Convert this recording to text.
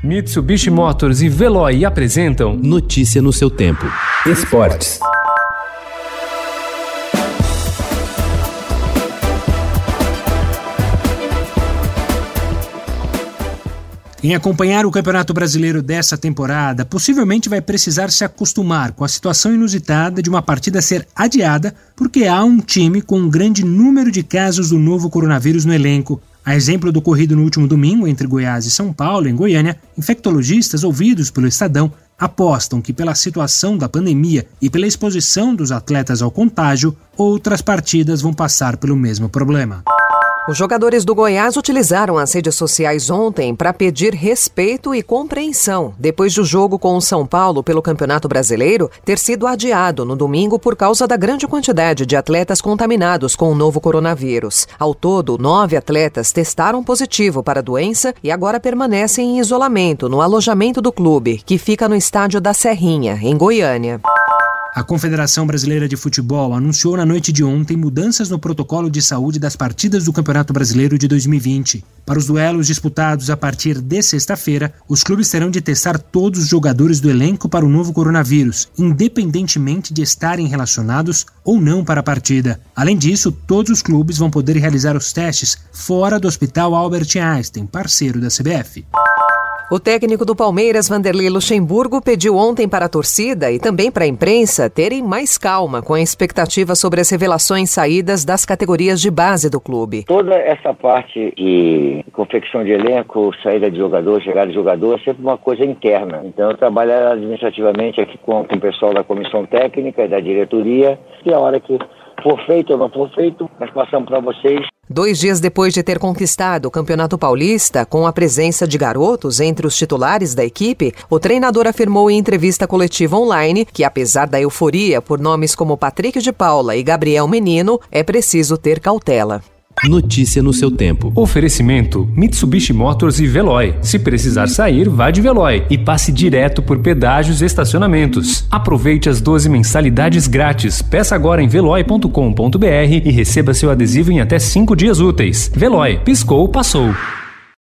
Mitsubishi Motors e Veloy apresentam Notícia no seu tempo. Esportes. Em acompanhar o Campeonato Brasileiro dessa temporada, possivelmente vai precisar se acostumar com a situação inusitada de uma partida ser adiada porque há um time com um grande número de casos do novo coronavírus no elenco. A exemplo do ocorrido no último domingo entre Goiás e São Paulo, em Goiânia, infectologistas ouvidos pelo Estadão apostam que pela situação da pandemia e pela exposição dos atletas ao contágio, outras partidas vão passar pelo mesmo problema. Os jogadores do Goiás utilizaram as redes sociais ontem para pedir respeito e compreensão, depois do jogo com o São Paulo pelo Campeonato Brasileiro ter sido adiado no domingo por causa da grande quantidade de atletas contaminados com o novo coronavírus. Ao todo, 9 atletas testaram positivo para a doença e agora permanecem em isolamento no alojamento do clube, que fica no estádio da Serrinha, em Goiânia. A Confederação Brasileira de Futebol anunciou na noite de ontem mudanças no protocolo de saúde das partidas do Campeonato Brasileiro de 2020. Para os duelos disputados a partir de sexta-feira, os clubes terão de testar todos os jogadores do elenco para o novo coronavírus, independentemente de estarem relacionados ou não para a partida. Além disso, todos os clubes vão poder realizar os testes fora do Hospital Albert Einstein, parceiro da CBF. O técnico do Palmeiras, Vanderlei Luxemburgo, pediu ontem para a torcida e também para a imprensa terem mais calma com a expectativa sobre as revelações saídas das categorias de base do clube. Toda essa parte de confecção de elenco, saída de jogador, chegada de jogador, é sempre uma coisa interna. Então eu trabalho administrativamente aqui com o pessoal da comissão técnica e da diretoria, e a hora que for feito ou não for feito, nós passamos para vocês. 2 dias depois de ter conquistado o Campeonato Paulista, com a presença de garotos entre os titulares da equipe, o treinador afirmou em entrevista coletiva online que, apesar da euforia por nomes como Patrick de Paula e Gabriel Menino, é preciso ter cautela. Notícia no seu tempo. Oferecimento Mitsubishi Motors e Veloy. Se precisar sair, vá de Veloy e passe direto por pedágios e estacionamentos. Aproveite as 12 mensalidades grátis. Peça agora em veloy.com.br e receba seu adesivo em até 5 dias úteis. Veloy. Piscou, passou.